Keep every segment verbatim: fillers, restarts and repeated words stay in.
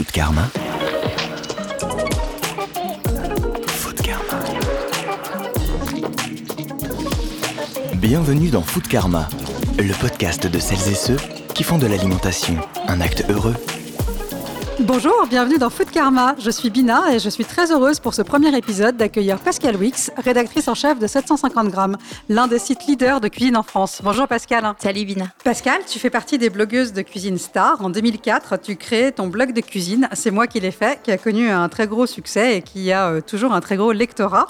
Food Karma. Food Karma. Bienvenue dans Food Karma, le podcast de celles et ceux qui font de l'alimentation un acte heureux. Bonjour, bienvenue dans Food Karma. Je suis Bina et je suis très heureuse pour ce premier épisode d'accueillir Pascale Wix, rédactrice en chef de sept cent cinquante grammes, l'un des sites leaders de cuisine en France. Bonjour Pascale. Salut Bina. Pascale, tu fais partie des blogueuses de cuisine star. En deux mille quatre, tu crées ton blog de cuisine, C'est moi qui l'ai fait, qui a connu un très gros succès et qui a euh, toujours un très gros lectorat.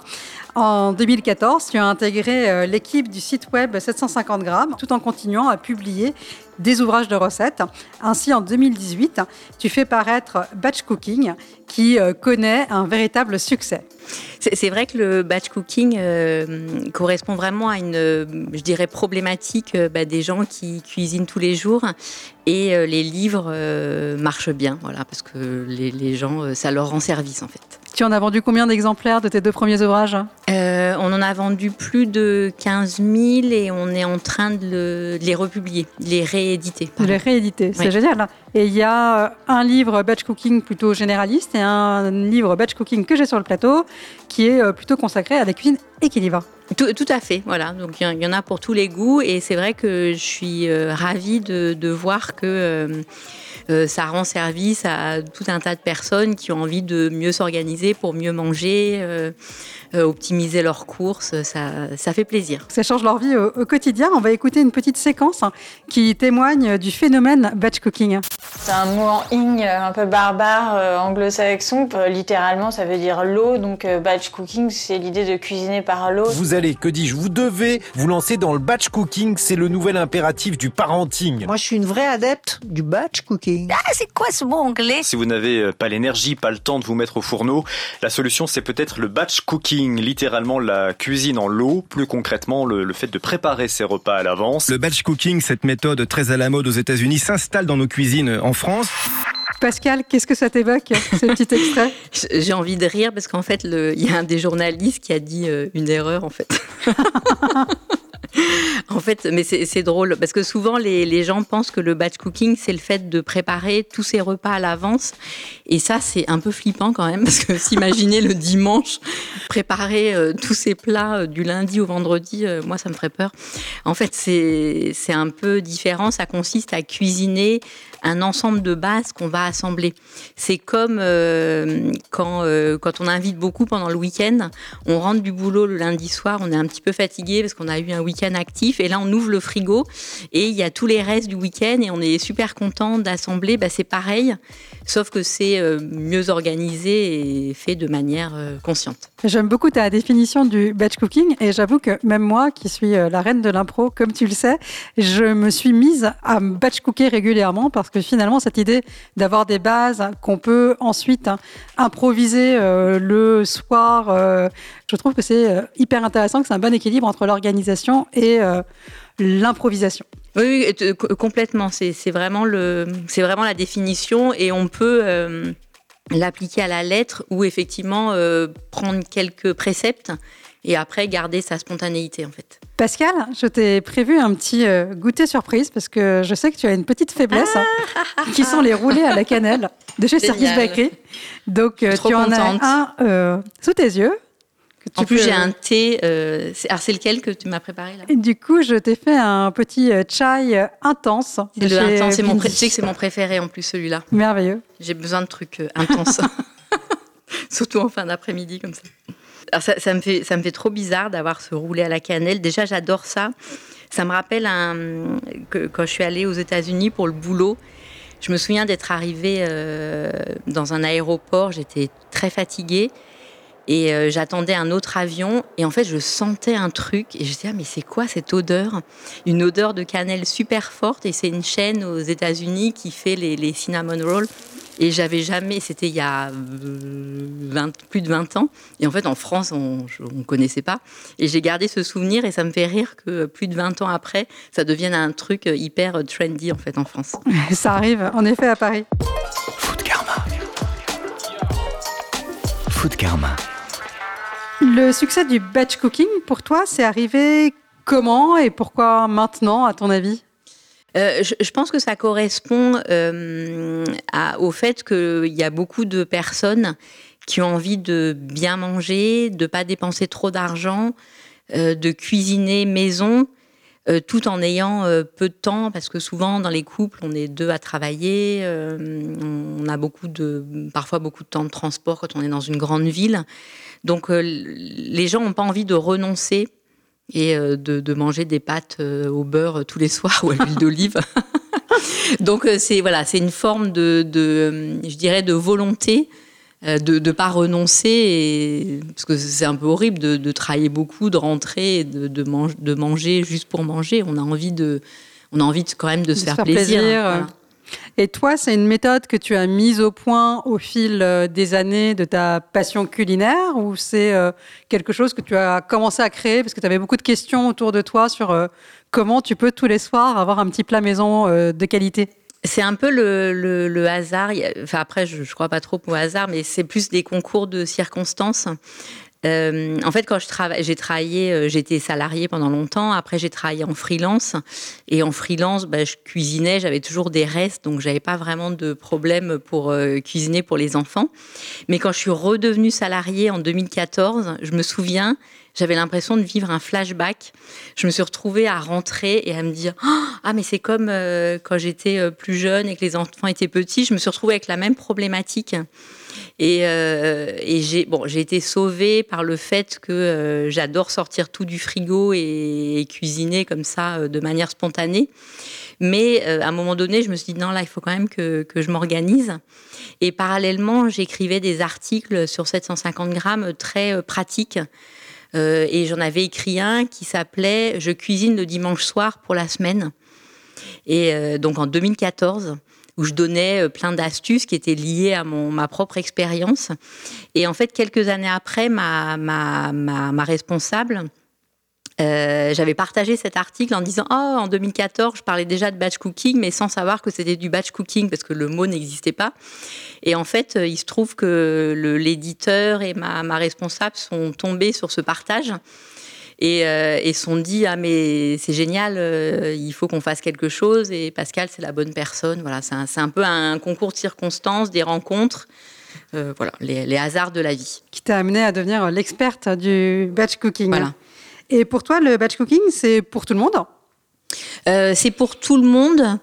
En deux mille quatorze, tu as intégré euh, l'équipe du site web sept cent cinquante grammes tout en continuant à publier des ouvrages de recettes. Ainsi, en deux mille dix-huit, tu fais paraître Batch Cooking qui euh, connaît un véritable succès. C'est, c'est vrai que le batch cooking euh, correspond vraiment à une, euh, je dirais, problématique euh, bah, des gens qui cuisinent tous les jours. Et euh, les livres euh, marchent bien, voilà, parce que les, les gens, euh, ça leur rend service en fait. Tu en as vendu combien d'exemplaires de tes deux premiers ouvrages ? euh, On en a vendu plus de quinze mille et on est en train de, le, de les republier, de les rééditer. De les rééditer, c'est oui. Génial. Et il y a un livre batch cooking plutôt généraliste et un livre batch cooking que j'ai sur le plateau qui est plutôt consacré à la cuisine équilibrée. Tout, tout à fait, voilà. Donc il y, y en a pour tous les goûts et c'est vrai que je suis euh, ravie de, de voir que euh, euh, ça rend service à tout un tas de personnes qui ont envie de mieux s'organiser pour mieux manger, euh, euh, optimiser leurs courses. Ça, ça fait plaisir. Ça change leur vie au, au quotidien. On va écouter une petite séquence hein, qui témoigne du phénomène batch cooking. C'est un mot en ing un peu barbare, euh, anglo-saxon. Euh, littéralement, ça veut dire l'eau. Donc euh, batch cooking, c'est l'idée de cuisiner par l'eau. Vous allez, que dis-je, vous devez vous lancer dans le batch cooking. C'est le nouvel impératif du parenting. Moi, je suis une vraie adepte du batch cooking. Ah, c'est quoi ce mot anglais ? Si vous n'avez pas l'énergie, pas le temps de vous mettre au fourneau, la solution c'est peut-être le batch cooking, littéralement la cuisine en lot, plus concrètement le, le fait de préparer ses repas à l'avance. Le batch cooking, cette méthode très à la mode aux États-Unis, s'installe dans nos cuisines en France. Pascal, qu'est-ce que ça t'évoque, ce petit extrait ? J'ai envie de rire parce qu'en fait, il y a un des journalistes qui a dit euh, une erreur en fait. En fait, mais c'est, c'est drôle parce que souvent les, les gens pensent que le batch cooking c'est le fait de préparer tous ses repas à l'avance et ça c'est un peu flippant quand même parce que s'imaginer le dimanche préparer euh, tous ces plats euh, du lundi au vendredi, euh, moi ça me ferait peur. En fait c'est, c'est un peu différent, ça consiste à cuisiner un ensemble de bases qu'on va assembler. C'est comme euh, quand, euh, quand on invite beaucoup pendant le week-end, on rentre du boulot le lundi soir, on est un petit peu fatigué parce qu'on a eu un week-end actif et là on ouvre le frigo et il y a tous les restes du week-end et on est super content d'assembler. Bah, c'est pareil, sauf que c'est euh, mieux organisé et fait de manière euh, consciente. J'aime beaucoup ta définition du batch cooking et j'avoue que même moi qui suis la reine de l'impro, comme tu le sais, je me suis mise à batch cooker régulièrement parce que finalement cette idée d'avoir des bases qu'on peut ensuite hein, improviser euh, le soir, euh, je trouve que c'est euh, hyper intéressant, que c'est un bon équilibre entre l'organisation et euh, l'improvisation. Oui, oui, complètement. C'est, c'est, vraiment le, c'est vraiment la définition et on peut euh, l'appliquer à la lettre ou effectivement euh, prendre quelques préceptes et après garder sa spontanéité en fait. Pascal, je t'ai prévu un petit euh, goûter surprise parce que je sais que tu as une petite faiblesse ah hein, qui sont les roulés à la cannelle de chez Service Bakery. Donc euh, tu en contente. as un euh, sous tes yeux. Que tu en plus, peux... j'ai un thé. Euh, c'est... Alors, c'est lequel que tu m'as préparé là ? Et du coup, je t'ai fait un petit chai intense. C'est le intense, c'est mon pré... Je sais que c'est mon préféré en plus, celui-là. Merveilleux. J'ai besoin de trucs euh, intenses. Surtout en fin d'après-midi, comme ça. Alors, ça, ça, me fait, ça me fait trop bizarre d'avoir ce roulé à la cannelle. Déjà, j'adore ça. Ça me rappelle un... que quand je suis allée aux États-Unis pour le boulot, je me souviens d'être arrivée euh, dans un aéroport. J'étais très fatiguée. Et euh, j'attendais un autre avion et en fait je sentais un truc et je me disais ah, mais c'est quoi cette odeur ? Une odeur de cannelle super forte et c'est une chaîne aux États-Unis qui fait les, les cinnamon rolls et j'avais jamais, c'était il y a vingt, plus de vingt ans et en fait en France on ne connaissait pas et j'ai gardé ce souvenir et ça me fait rire que plus de vingt ans après ça devienne un truc hyper trendy en fait en France. Ça arrive en effet à Paris. Food Karma. Food Karma. Le succès du batch cooking, pour toi, c'est arrivé comment et pourquoi maintenant, à ton avis ? Euh, je, je pense que ça correspond euh, à, au fait qu'il y a beaucoup de personnes qui ont envie de bien manger, de ne pas dépenser trop d'argent, euh, de cuisiner maison, euh, tout en ayant euh, peu de temps, parce que souvent dans les couples, on est deux à travailler, euh, on a beaucoup de, parfois beaucoup de temps de transport quand on est dans une grande ville. Donc euh, les gens n'ont pas envie de renoncer et euh, de, de manger des pâtes euh, au beurre tous les soirs ou à l'huile d'olive. Donc euh, c'est, voilà, c'est une forme de, de, je dirais, de volonté de ne pas renoncer, et, parce que c'est un peu horrible de, de travailler beaucoup, de rentrer et de, de, mange, de manger juste pour manger. On a envie, de, on a envie de, quand même de, de se faire, faire plaisir. plaisir. Voilà. Et toi, c'est une méthode que tu as mise au point au fil des années de ta passion culinaire, ou c'est quelque chose que tu as commencé à créer parce que tu avais beaucoup de questions autour de toi sur comment tu peux tous les soirs avoir un petit plat maison de qualité? C'est un peu le, le, le hasard. Enfin, après, je ne crois pas trop au hasard, mais c'est plus des concours de circonstances. Euh, en fait, quand je travaille, j'ai travaillé, j'étais salariée pendant longtemps. Après, j'ai travaillé en freelance. Et en freelance, bah, je cuisinais, j'avais toujours des restes, donc j'avais pas vraiment de problème pour euh, cuisiner pour les enfants. Mais quand je suis redevenue salariée en deux mille quatorze, je me souviens, j'avais l'impression de vivre un flashback. Je me suis retrouvée à rentrer et à me dire oh, « Ah, mais c'est comme euh, quand j'étais plus jeune et que les enfants étaient petits. » Je me suis retrouvée avec la même problématique. Et, euh, et j'ai, bon, j'ai été sauvée par le fait que euh, j'adore sortir tout du frigo et, et cuisiner comme ça euh, de manière spontanée. Mais euh, à un moment donné, je me suis dit « Non, là, il faut quand même que, que je m'organise. » Et parallèlement, j'écrivais des articles sur sept cent cinquante grammes très euh, pratiques. Euh, et j'en avais écrit un qui s'appelait « Je cuisine le dimanche soir pour la semaine ». Et euh, donc en deux mille quatorze, où je donnais plein d'astuces qui étaient liées à mon, ma propre expérience. Et en fait, quelques années après, ma, ma, ma, ma responsable, euh, j'avais partagé cet article en disant « Oh, en deux mille quatorze, je parlais déjà de batch cooking, mais sans savoir que c'était du batch cooking, parce que le mot n'existait pas. » Et en fait, il se trouve que le, l'éditeur et ma, ma responsable sont tombés sur ce partage et, euh, et sont dit « Ah, mais c'est génial, euh, il faut qu'on fasse quelque chose. » Et Pascal, c'est la bonne personne. Voilà, c'est un, c'est un peu un concours de circonstances, des rencontres, euh, voilà, les, les hasards de la vie. Qui t'a amené à devenir l'experte du batch cooking. Voilà. Et pour toi, le batch cooking, c'est pour tout le monde ? euh, C'est pour tout le monde.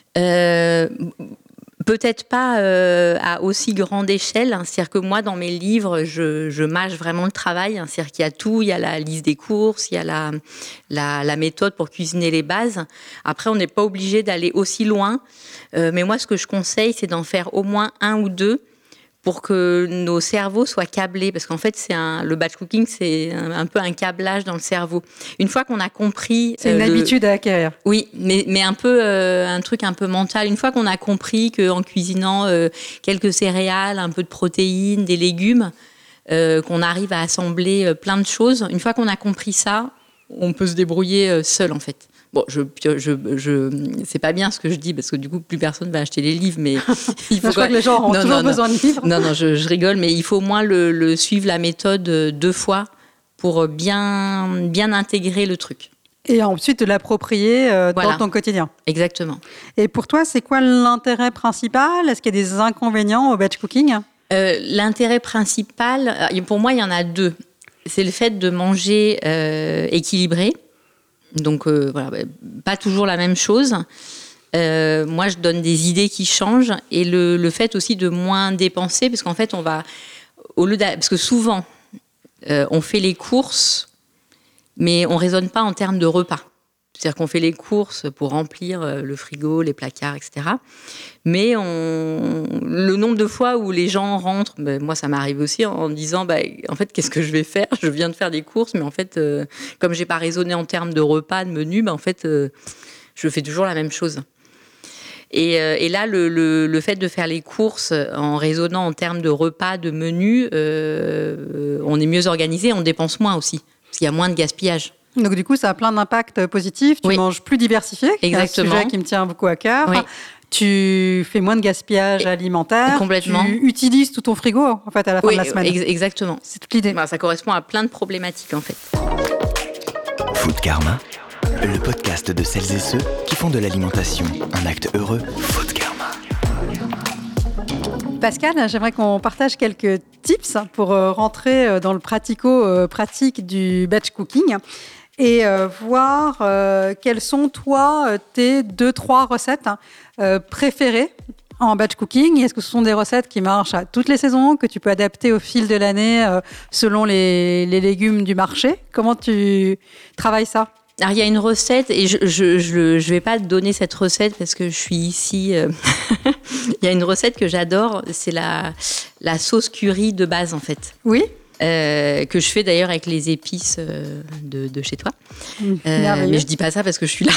Euh, Peut-être pas euh, à aussi grande échelle. Hein. C'est-à-dire que moi, dans mes livres, je, je mâche vraiment le travail. Hein. C'est-à-dire qu'il y a tout. Il y a la liste des courses, il y a la, la, la méthode pour cuisiner les bases. Après, on n'est pas obligé d'aller aussi loin. Euh, mais moi, ce que je conseille, c'est d'en faire au moins un ou deux pour que nos cerveaux soient câblés. Parce qu'en fait, c'est un, le batch cooking, c'est un, un peu un câblage dans le cerveau. Une fois qu'on a compris... C'est une euh, habitude le... à acquérir. Oui, mais, mais un peu euh, un truc un peu mental. Une fois qu'on a compris qu'en cuisinant euh, quelques céréales, un peu de protéines, des légumes, euh, qu'on arrive à assembler euh, plein de choses, une fois qu'on a compris ça, on peut se débrouiller euh, seul, en fait. Bon, je, je, je, c'est pas bien ce que je dis, parce que du coup, plus personne va acheter les livres, mais il faut je crois que les gens ont non, toujours non, besoin non. de livres. Non, non, je, je rigole, mais il faut au moins le, le suivre la méthode deux fois pour bien, bien intégrer le truc. Et ensuite de l'approprier euh, voilà. dans ton quotidien. Exactement. Et pour toi, c'est quoi l'intérêt principal ? Est-ce qu'il y a des inconvénients au batch cooking ? euh, L'intérêt principal, pour moi, il y en a deux. C'est le fait de manger euh, équilibré. Donc, euh, voilà, pas toujours la même chose. Euh, moi, je donne des idées qui changent. Et le, le fait aussi de moins dépenser, parce qu'en fait, on va... Au lieu parce que souvent, euh, on fait les courses, mais on ne raisonne pas en termes de repas. C'est-à-dire qu'on fait les courses pour remplir le frigo, les placards, et cetera. Mais on... le nombre de fois où les gens rentrent, ben moi ça m'arrive aussi en disant ben, en fait qu'est-ce que je vais faire ? Je viens de faire des courses, mais en fait euh, comme j'ai pas raisonné en termes de repas, de menu, ben en fait euh, je fais toujours la même chose. Et, euh, et là le, le, le fait de faire les courses en raisonnant en termes de repas, de menu, euh, on est mieux organisé, on dépense moins aussi parce qu'il y a moins de gaspillage. Donc du coup, ça a plein d'impacts positifs. Tu oui. manges plus diversifié, exactement. C'est un sujet qui me tient beaucoup à cœur. Oui. Tu fais moins de gaspillage et alimentaire. Complètement. Tu utilises tout ton frigo en fait à la fin oui, de la semaine. Ex- exactement. C'est toute l'idée. Bah, ça correspond à plein de problématiques en fait. Food Karma, le podcast de celles et ceux qui font de l'alimentation un acte heureux. Food Karma. Pascal, j'aimerais qu'on partage quelques tips pour rentrer dans le pratico-pratique du batch cooking et voir quelles sont, toi, tes deux, trois recettes préférées en batch cooking. Est-ce que ce sont des recettes qui marchent à toutes les saisons, que tu peux adapter au fil de l'année euh, selon les, les légumes du marché? Comment tu travailles ça? Alors, il y a une recette, et je je, je, je vais pas te donner cette recette parce que je suis ici. Euh... il y a une recette que j'adore, c'est la, la sauce curry de base, en fait. Oui. Euh, que je fais d'ailleurs avec les épices euh, de, de chez toi. Mmh, euh, mais je dis pas ça parce que je suis là.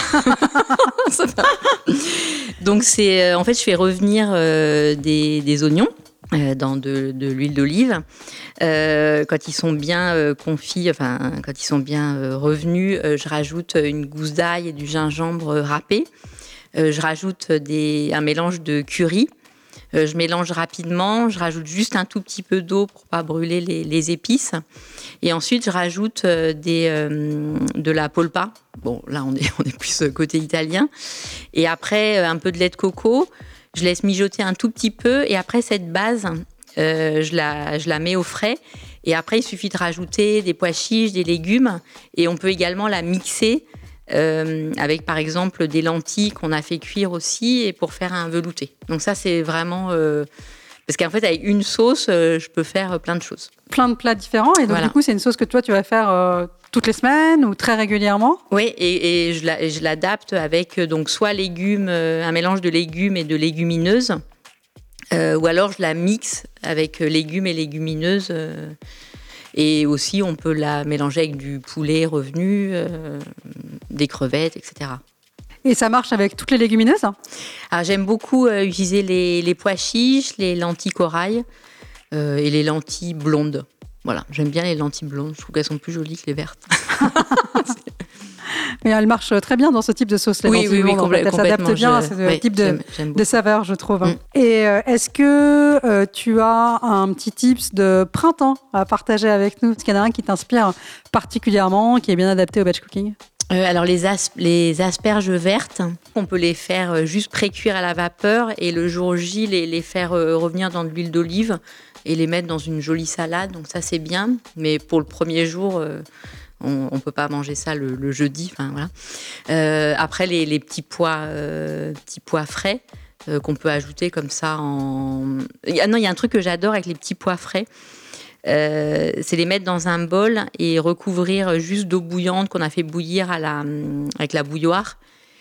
Donc c'est, euh, en fait, je fais revenir euh, des, des oignons euh, dans de, de l'huile d'olive. Euh, quand ils sont bien euh, confits, enfin quand ils sont bien euh, revenus, euh, je rajoute une gousse d'ail et du gingembre râpé. Euh, je rajoute des, un mélange de curry. Euh, je mélange rapidement, je rajoute juste un tout petit peu d'eau pour pas brûler les, les épices. Et ensuite, je rajoute euh, des, euh, de la polpa. Bon, là, on est, on est plus côté italien. Et après, un peu de lait de coco. Je laisse mijoter un tout petit peu. Et après, cette base, euh, je, la, je la mets au frais. Et après, il suffit de rajouter des pois chiches, des légumes. Et on peut également la mixer Euh, avec par exemple des lentilles qu'on a fait cuire aussi et pour faire un velouté. Donc ça c'est vraiment euh, parce qu'en fait avec une sauce euh, je peux faire plein de choses. Plein de plats différents et donc voilà. Du coup c'est une sauce que toi tu vas faire euh, toutes les semaines ou très régulièrement? Oui et, et je, la, je l'adapte avec donc soit légumes, euh, un mélange de légumes et de légumineuses euh, ou alors je la mixe avec légumes et légumineuses. Euh, Et aussi, on peut la mélanger avec du poulet revenu, euh, des crevettes, et cetera. Et ça marche avec toutes les légumineuses? Alors, j'aime beaucoup euh, utiliser les, les pois chiches, les lentilles corail euh, et les lentilles blondes. Voilà, j'aime bien les lentilles blondes. Je trouve qu'elles sont plus jolies que les vertes. Mais elle marche très bien dans ce type de sauce. Les oui, oui, oui, complè- elle s'adapte bien à ce oui, type de, j'aime, j'aime de saveur, je trouve. Mm. Et euh, est-ce que euh, tu as un petit tips de printemps à partager avec nous? Est-ce qu'il y en a un qui t'inspire particulièrement, qui est bien adapté au batch cooking? Euh, alors les, as- les asperges vertes, on peut les faire juste pré-cuire à la vapeur et le jour J, les, les faire euh, revenir dans de l'huile d'olive et les mettre dans une jolie salade. Donc ça, c'est bien. Mais pour le premier jour... Euh, On ne peut pas manger ça le, le jeudi. Voilà. Euh, après, les, les petits pois, euh, petits pois frais euh, qu'on peut ajouter comme ça en... Ah non, il y a un truc que j'adore avec les petits pois frais. Euh, c'est les mettre dans un bol et recouvrir juste d'eau bouillante qu'on a fait bouillir à la, avec la bouilloire.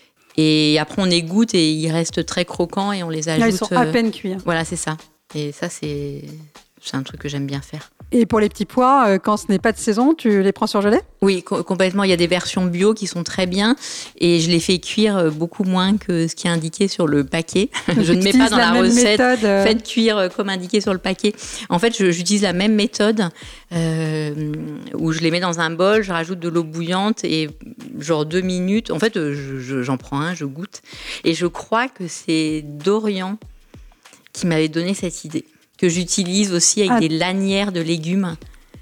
Et après, on égoutte et ils restent très croquants et on les ajoute... Là, ils sont à peine cuits. Voilà, c'est ça. Et ça, c'est, c'est un truc que j'aime bien faire. Et pour les petits pois, quand ce n'est pas de saison, tu les prends surgelés? Oui, co- complètement. Il y a des versions bio qui sont très bien et je les fais cuire beaucoup moins que ce qui est indiqué sur le paquet. Je ne mets pas dans la, la recette méthode, euh... faites cuire comme indiqué sur le paquet. En fait, je, j'utilise la même méthode euh, où je les mets dans un bol, je rajoute de l'eau bouillante et genre deux minutes. En fait, je, je, j'en prends un, je goûte. Et je crois que c'est Dorian qui m'avait donné cette idée, que j'utilise aussi avec ah. des lanières de légumes.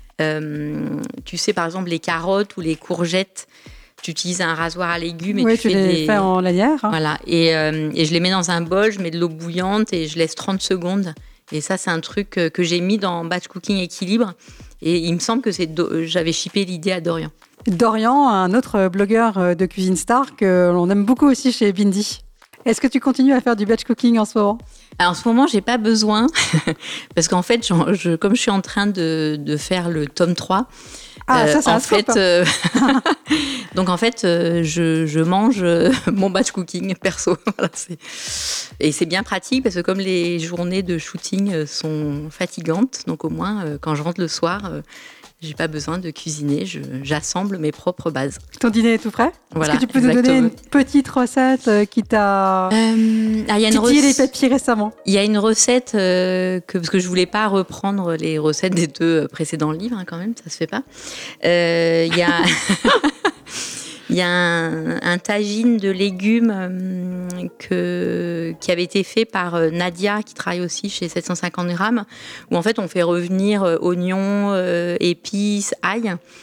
Euh, tu sais, par exemple, les carottes ou les courgettes, tu utilises un rasoir à légumes et oui, tu, tu fais les des... fais en lanière. Hein. Voilà, et, euh, et je les mets dans un bol, je mets de l'eau bouillante et je laisse trente secondes. Et ça, c'est un truc que, que j'ai mis dans Batch Cooking Équilibre. Et il me semble que c'est Do... j'avais shippé l'idée à Dorian. Dorian, un autre blogueur de Cuisine Star que l'on aime beaucoup aussi chez Bindi. Est-ce que tu continues à faire du batch cooking en ce moment? Alors, en ce moment, j'ai pas besoin parce qu'en fait, je, comme je suis en train de, de faire le tome trois, ah, euh, ça, c'est en un fait, euh, donc en fait, euh, je, je mange euh, mon batch cooking perso. Voilà, c'est... Et c'est bien pratique parce que comme les journées de shooting sont fatigantes, donc au moins euh, quand je rentre le soir, euh, j'ai pas besoin de cuisiner, je, j'assemble mes propres bases. Ton dîner est tout prêt? Voilà, est-ce que tu peux exactement. nous donner une petite recette qui t'a euh, ah, y a une titillé rec... les papilles récemment? Il y a une recette, euh, que, parce que je voulais pas reprendre les recettes des deux précédents livres, hein, quand même, ça se fait pas. Il euh, y a... Il y a un, un tagine de légumes euh, que, qui avait été fait par Nadia, qui travaille aussi chez sept cent cinquante grammes, où en fait on fait revenir euh, oignons, euh, épices, ail.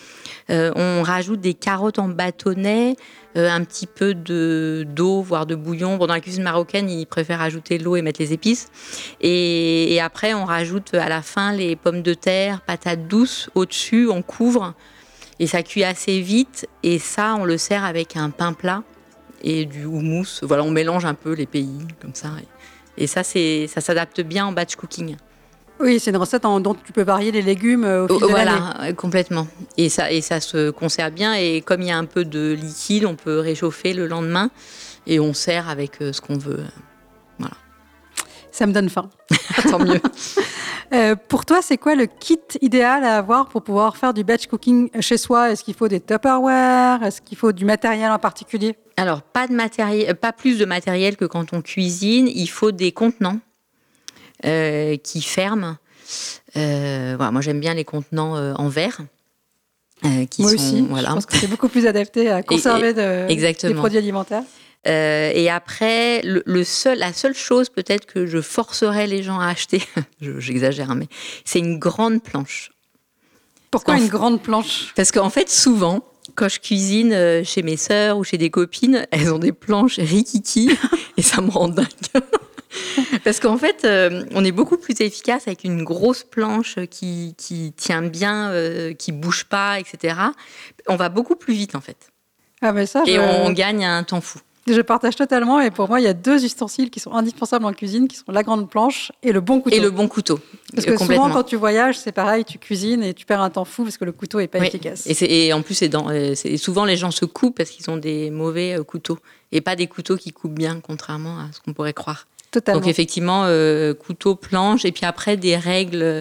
Euh, on rajoute des carottes en bâtonnets, euh, un petit peu de, d'eau, voire de bouillon. Bon, dans la cuisine marocaine, ils préfèrent ajouter l'eau et mettre les épices. Et, et après, on rajoute à la fin les pommes de terre, patates douces. Au-dessus, on couvre. Et ça cuit assez vite. Et ça, on le sert avec un pain plat et du houmous. Voilà, on mélange un peu les pays, comme ça. Et ça, c'est, ça s'adapte bien en batch cooking. Oui, c'est une recette en, dont tu peux varier les légumes au fil de voilà, l'année. Voilà, complètement. Et ça, et ça se conserve bien. Et comme il y a un peu de liquide, on peut réchauffer le lendemain. Et on sert avec ce qu'on veut. Voilà. Ça me donne faim. Tant mieux. Euh, pour toi, c'est quoi le kit idéal à avoir pour pouvoir faire du batch cooking chez soi ? Est-ce qu'il faut des Tupperware ? Est-ce qu'il faut du matériel en particulier ? Alors, pas de matériel, pas plus de matériel que quand on cuisine. Il faut des contenants euh, qui ferment. Euh, voilà, moi, j'aime bien les contenants euh, en verre. Euh, qui moi sont, aussi, voilà. Je pense que c'est beaucoup plus adapté à conserver et, et, de, des produits alimentaires. Euh, et après, le, le seul, la seule chose peut-être que je forcerais les gens à acheter, je, j'exagère, hein, mais c'est une grande planche. Pourquoi une grande planche ? Parce qu'en fait, souvent, quand je cuisine chez mes sœurs ou chez des copines, elles ont des planches rikiki et ça me rend dingue. Parce qu'en fait, euh, on est beaucoup plus efficace avec une grosse planche qui, qui tient bien, euh, qui bouge pas, et cetera. On va beaucoup plus vite, en fait. Ah ben ça, et je... on gagne un temps fou. Je partage totalement. Et pour moi, il y a deux ustensiles qui sont indispensables en cuisine, qui sont la grande planche et le bon couteau. Et le bon couteau. Parce que souvent, quand tu voyages, c'est pareil, tu cuisines et tu perds un temps fou parce que le couteau n'est pas oui. efficace. Et, c'est, et en plus, c'est dans, c'est, souvent, les gens se coupent parce qu'ils ont des mauvais couteaux. Et pas des couteaux qui coupent bien, contrairement à ce qu'on pourrait croire. Totalement. Donc effectivement, euh, couteau, planche, et puis après des règles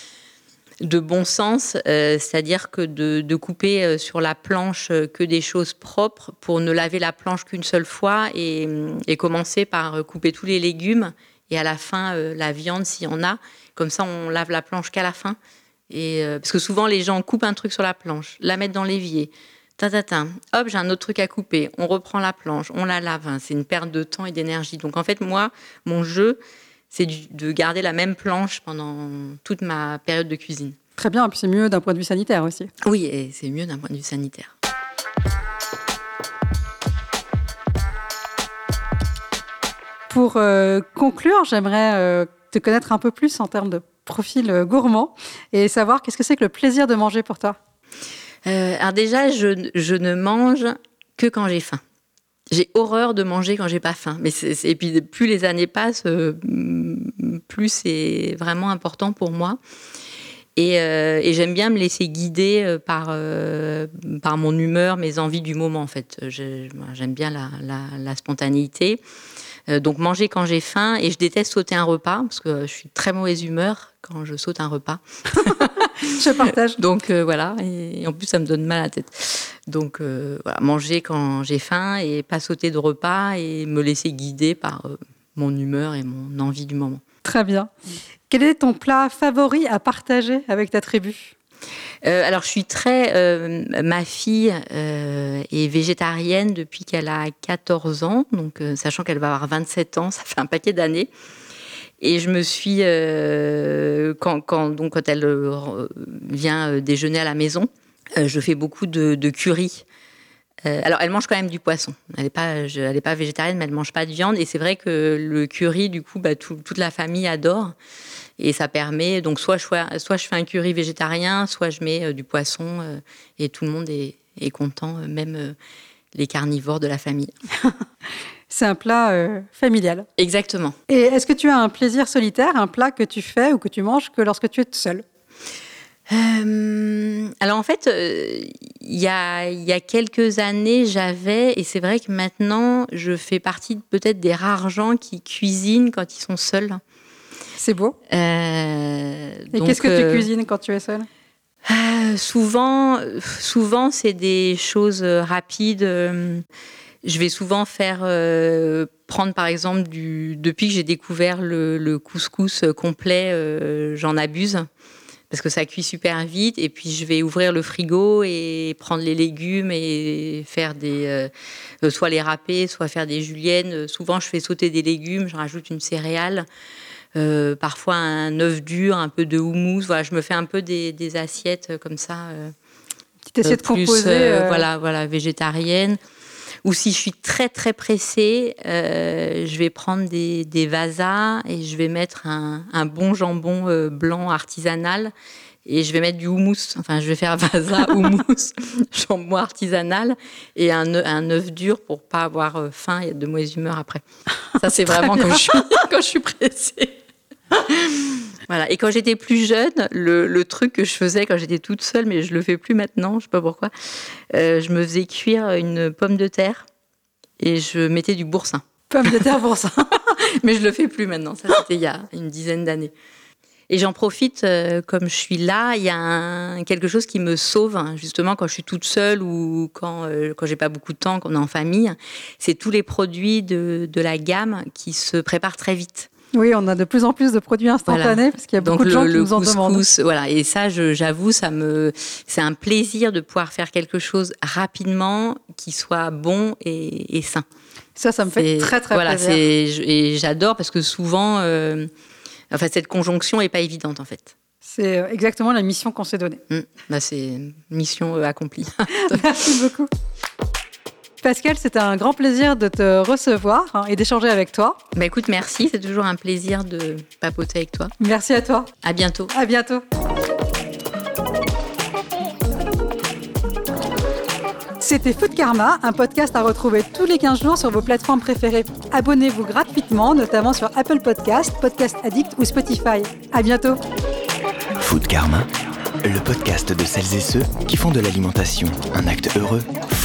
de bon sens, euh, c'est-à-dire que de, de couper sur la planche que des choses propres pour ne laver la planche qu'une seule fois et, et commencer par couper tous les légumes et à la fin euh, la viande s'il y en a. Comme ça, on lave la planche qu'à la fin. Et, euh, parce que souvent, les gens coupent un truc sur la planche, la mettent dans l'évier. Tatatin. Hop, j'ai un autre truc à couper. On reprend la planche, on la lave. C'est une perte de temps et d'énergie. Donc en fait, moi, mon jeu, c'est de garder la même planche pendant toute ma période de cuisine. Très bien, et puis c'est mieux d'un point de vue sanitaire aussi. Oui, et c'est mieux d'un point de vue sanitaire. Pour euh, conclure, j'aimerais euh, te connaître un peu plus en termes de profil euh, gourmand et savoir qu'est-ce que c'est que le plaisir de manger pour toi ? Euh, alors déjà, je, je ne mange que quand j'ai faim. J'ai horreur de manger quand j'ai pas faim. Mais c'est, c'est, et puis plus les années passent, euh, plus c'est vraiment important pour moi. Et, euh, et j'aime bien me laisser guider par, euh, par mon humeur, mes envies du moment en fait. Je, j'aime bien la, la, la spontanéité. Euh, donc manger quand j'ai faim et je déteste sauter un repas parce que je suis de très mauvaise humeur quand je saute un repas. Je partage. Donc euh, voilà, et, et en plus ça me donne mal à la tête. Donc euh, voilà, manger quand j'ai faim et pas sauter de repas et me laisser guider par euh, mon humeur et mon envie du moment. Très bien. Quel est ton plat favori à partager avec ta tribu ? Euh, alors, je suis très... Euh, ma fille euh, est végétarienne depuis qu'elle a quatorze ans, donc euh, sachant qu'elle va avoir vingt-sept ans, ça fait un paquet d'années. Et je me suis... Euh, quand, quand, donc, quand elle euh, vient déjeuner à la maison, euh, je fais beaucoup de, de curry. Euh, alors, elle mange quand même du poisson. Elle n'est pas, elle n'est pas végétarienne, mais elle ne mange pas de viande. Et c'est vrai que le curry, du coup, bah, tout, toute la famille adore. Et ça permet, donc soit je, fais, soit je fais un curry végétarien, soit je mets euh, du poisson euh, et tout le monde est, est content, euh, même euh, les carnivores de la famille. C'est un plat euh, familial. Exactement. Et est-ce que tu as un plaisir solitaire, un plat que tu fais ou que tu manges que lorsque tu es seule ? Euh, alors en fait, il euh, y, a, y a quelques années, j'avais, et c'est vrai que maintenant, je fais partie peut-être des rares gens qui cuisinent quand ils sont seuls. C'est beau. Euh, et donc, qu'est-ce que euh, tu cuisines quand tu es seule ? euh, Souvent, souvent c'est des choses rapides. Je vais souvent faire, euh, prendre par exemple, du, depuis que j'ai découvert le, le couscous complet, euh, j'en abuse. Parce que ça cuit super vite, et puis je vais ouvrir le frigo et prendre les légumes et faire des, euh, soit les râper, soit faire des juliennes. Souvent, je fais sauter des légumes, je rajoute une céréale, euh, parfois un œuf dur, un peu de houmous. Voilà, je me fais un peu des, des assiettes comme ça. Euh, Tu t'essaies de plus, composer. euh, euh, voilà, voilà, végétarienne. Ou si je suis très très pressée, euh, je vais prendre des, des vasas et je vais mettre un, un bon jambon euh, blanc artisanal et je vais mettre du houmous. Enfin, je vais faire vasa, houmous, jambon artisanal et un, un œuf dur pour pas avoir faim et de mauvaise humeur après. Ça, c'est vraiment quand je, suis, quand je suis pressée. Voilà. Et quand j'étais plus jeune, le, le truc que je faisais quand j'étais toute seule, mais je le fais plus maintenant, je sais pas pourquoi, euh, je me faisais cuire une pomme de terre et je mettais du boursin. Pomme de terre pour ça. Mais je le fais plus maintenant. Ça, c'était il y a une dizaine d'années. Et j'en profite, euh, comme je suis là, il y a un, quelque chose qui me sauve, hein, justement, quand je suis toute seule ou quand, euh, quand j'ai pas beaucoup de temps, quand on est en famille. C'est tous les produits de, de la gamme qui se préparent très vite. Oui, on a de plus en plus de produits instantanés Voilà. parce qu'il y a Donc beaucoup de le, gens qui le nous en couscous, demandent. Voilà. Et ça, je, j'avoue, ça me, c'est un plaisir de pouvoir faire quelque chose rapidement, qui soit bon et, et sain. Ça, ça me fait C'est, très, très voilà, plaisir. c'est, et j'adore parce que souvent, euh, enfin, cette conjonction n'est pas évidente, en fait. C'est exactement la mission qu'on s'est donnée. Mmh. Bah, c'est mission euh, accomplie. Merci beaucoup. Pascal, c'était un grand plaisir de te recevoir hein, et d'échanger avec toi. Bah, écoute, merci. C'est toujours un plaisir de papoter avec toi. Merci à toi. À bientôt. À bientôt. C'était Food Karma, un podcast à retrouver tous les quinze jours sur vos plateformes préférées. Abonnez-vous gratuitement, notamment sur Apple Podcasts, Podcast Addict ou Spotify. À bientôt. Food Karma, le podcast de celles et ceux qui font de l'alimentation un acte heureux.